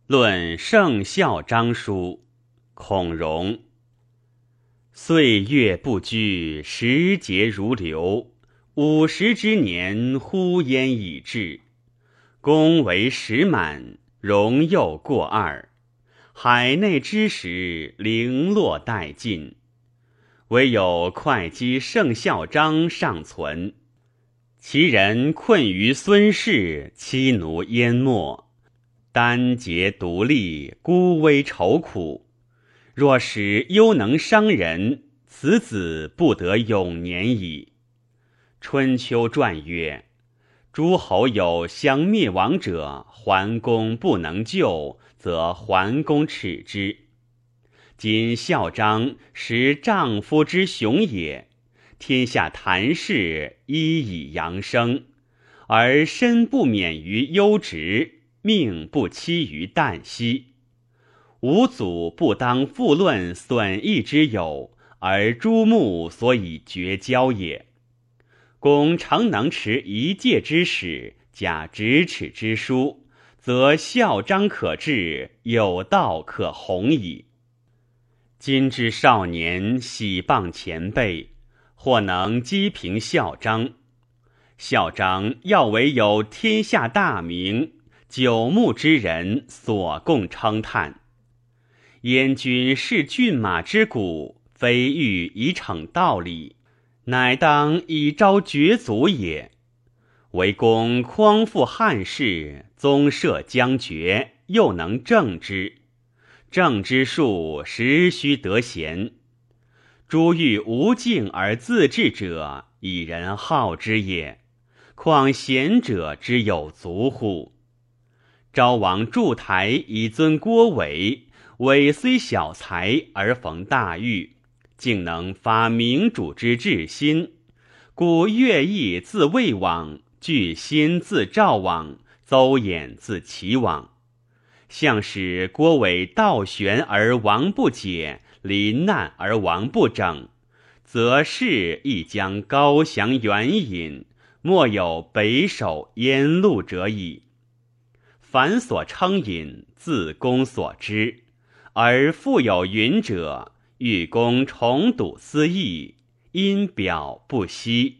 论圣孝章书，孔融。岁月不居，时节如流。50之年，忽焉已至。公为10满，融又过2。海内之时，零落殆尽。唯有会稽圣孝章尚存。其人困于孙氏，妻奴淹没。单节独立，孤危愁苦。若使忧能伤人，此子不得永年矣。春秋传曰：诸侯有相灭亡者，桓公不能救，则桓公耻之。今孝章实丈夫之雄也，天下谈事，一以扬声，而身不免于忧直，命不期于旦夕。吾祖不当复论损益之有，而诸目所以绝交也。公诚能持一介之史，假咫尺之书，则孝章可治，有道可弘矣。今之少年喜谤前辈，或能积评孝章。孝章要为有天下大名，久目之人所共称叹。燕君视骏马之骨，非欲以逞道理，乃当以昭厥族也。为公匡复汉室，宗社将绝，又能正之。正之术，实须得贤。诸欲无敬而自治者，以人好之也。况贤者之有足乎？昭王筑台以尊郭伟，伟虽小才而逢大遇，竟能发明主之至心。故乐毅自魏王，巨心自赵王，邹衍自齐王。向使郭伟道玄而王不解，临难而王不整，则士亦将高翔远引，莫有北守燕陆者矣。凡所称引，自公所知，而复有云者，欲公重睹私议，因表不息。